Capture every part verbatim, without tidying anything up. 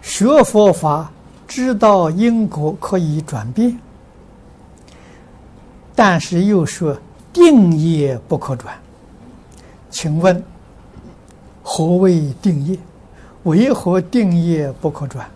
学佛法，知道因果可以转变，但是又说定业不可转。请问何谓定业？为何定业不可转？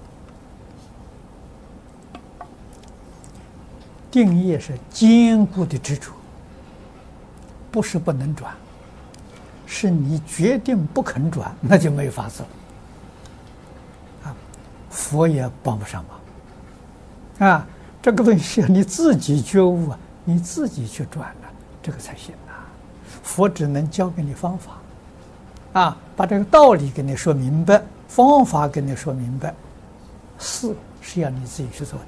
定业是坚固的执着，不是不能转，是你决定不肯转，那就没法子了。啊，佛也帮不上忙。啊，这个东西你自己觉悟啊，你自己去转了，这个才行啊。佛只能教给你方法，啊，把这个道理给你说明白，方法给你说明白，事是要你自己去做的。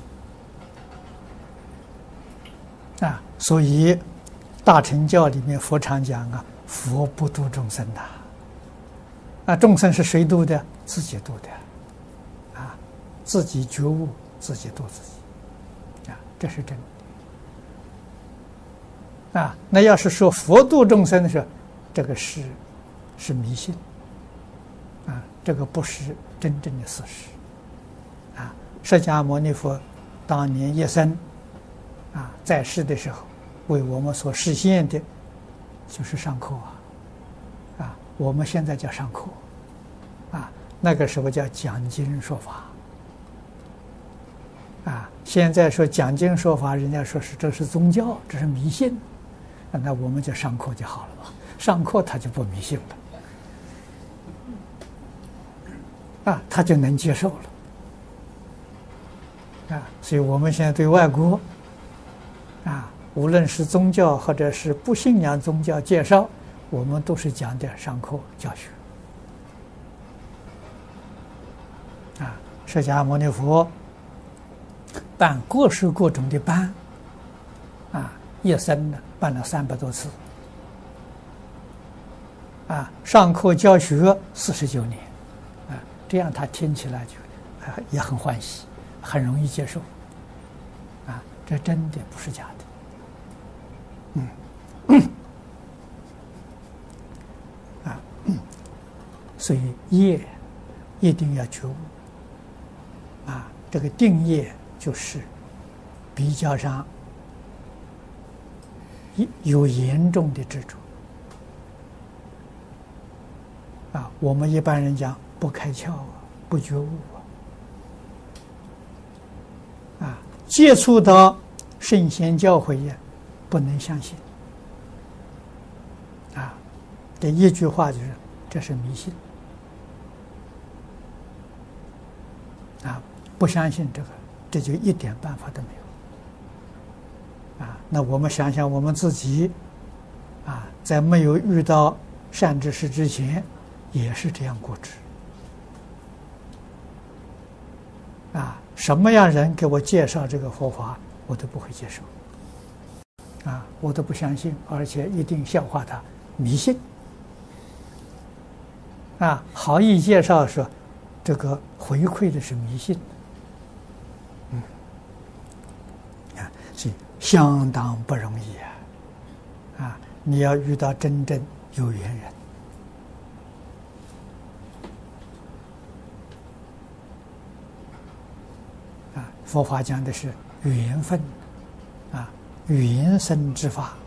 啊，所以大乘教里面佛常讲啊，佛不度众生的，啊，众生是谁度的？自己度的，啊，自己觉悟，自己度自己，啊，这是真的。啊，那要是说佛度众生的时候，这个是是迷信，啊，这个不是真正的事实。啊，释迦牟尼佛当年一生。啊，在世的时候，为我们所实现的，就是上课啊，啊，我们现在叫上课，啊，那个时候叫讲经说法，啊，现在说讲经说法，人家说是这是宗教，这是迷信，那我们就上课就好了嘛，上课他就不迷信了，啊，他就能接受了，啊，所以我们现在对外国。啊，无论是宗教或者是不信仰宗教介绍，我们都是讲的上课教学。啊，释迦牟尼佛办各式各种的班，啊，一生呢办了三百多次，啊，上课教学四十九年，啊，这样他听起来就啊也很欢喜，很容易接受。啊，这真的不是假的。嗯，嗯啊，嗯，所以业一定要觉悟。啊，这个定业就是比较上有严重的执着。啊，我们一般人讲不开窍啊，不觉悟啊。啊，接触到圣贤教诲呀，不能相信。啊，这一句话就是这是迷信。啊，不相信这个，这就一点办法都没有。啊，那我们想想我们自己，啊，在没有遇到善知识之前，也是这样过执。啊，什么样人给我介绍这个佛法，我都不会接受。啊，我都不相信，而且一定笑话他迷信。啊，好意介绍说，这个回馈的是迷信。嗯，啊，所以相当不容易啊！啊，你要遇到真正有缘人。啊，佛法讲的是缘分，啊，缘生之法。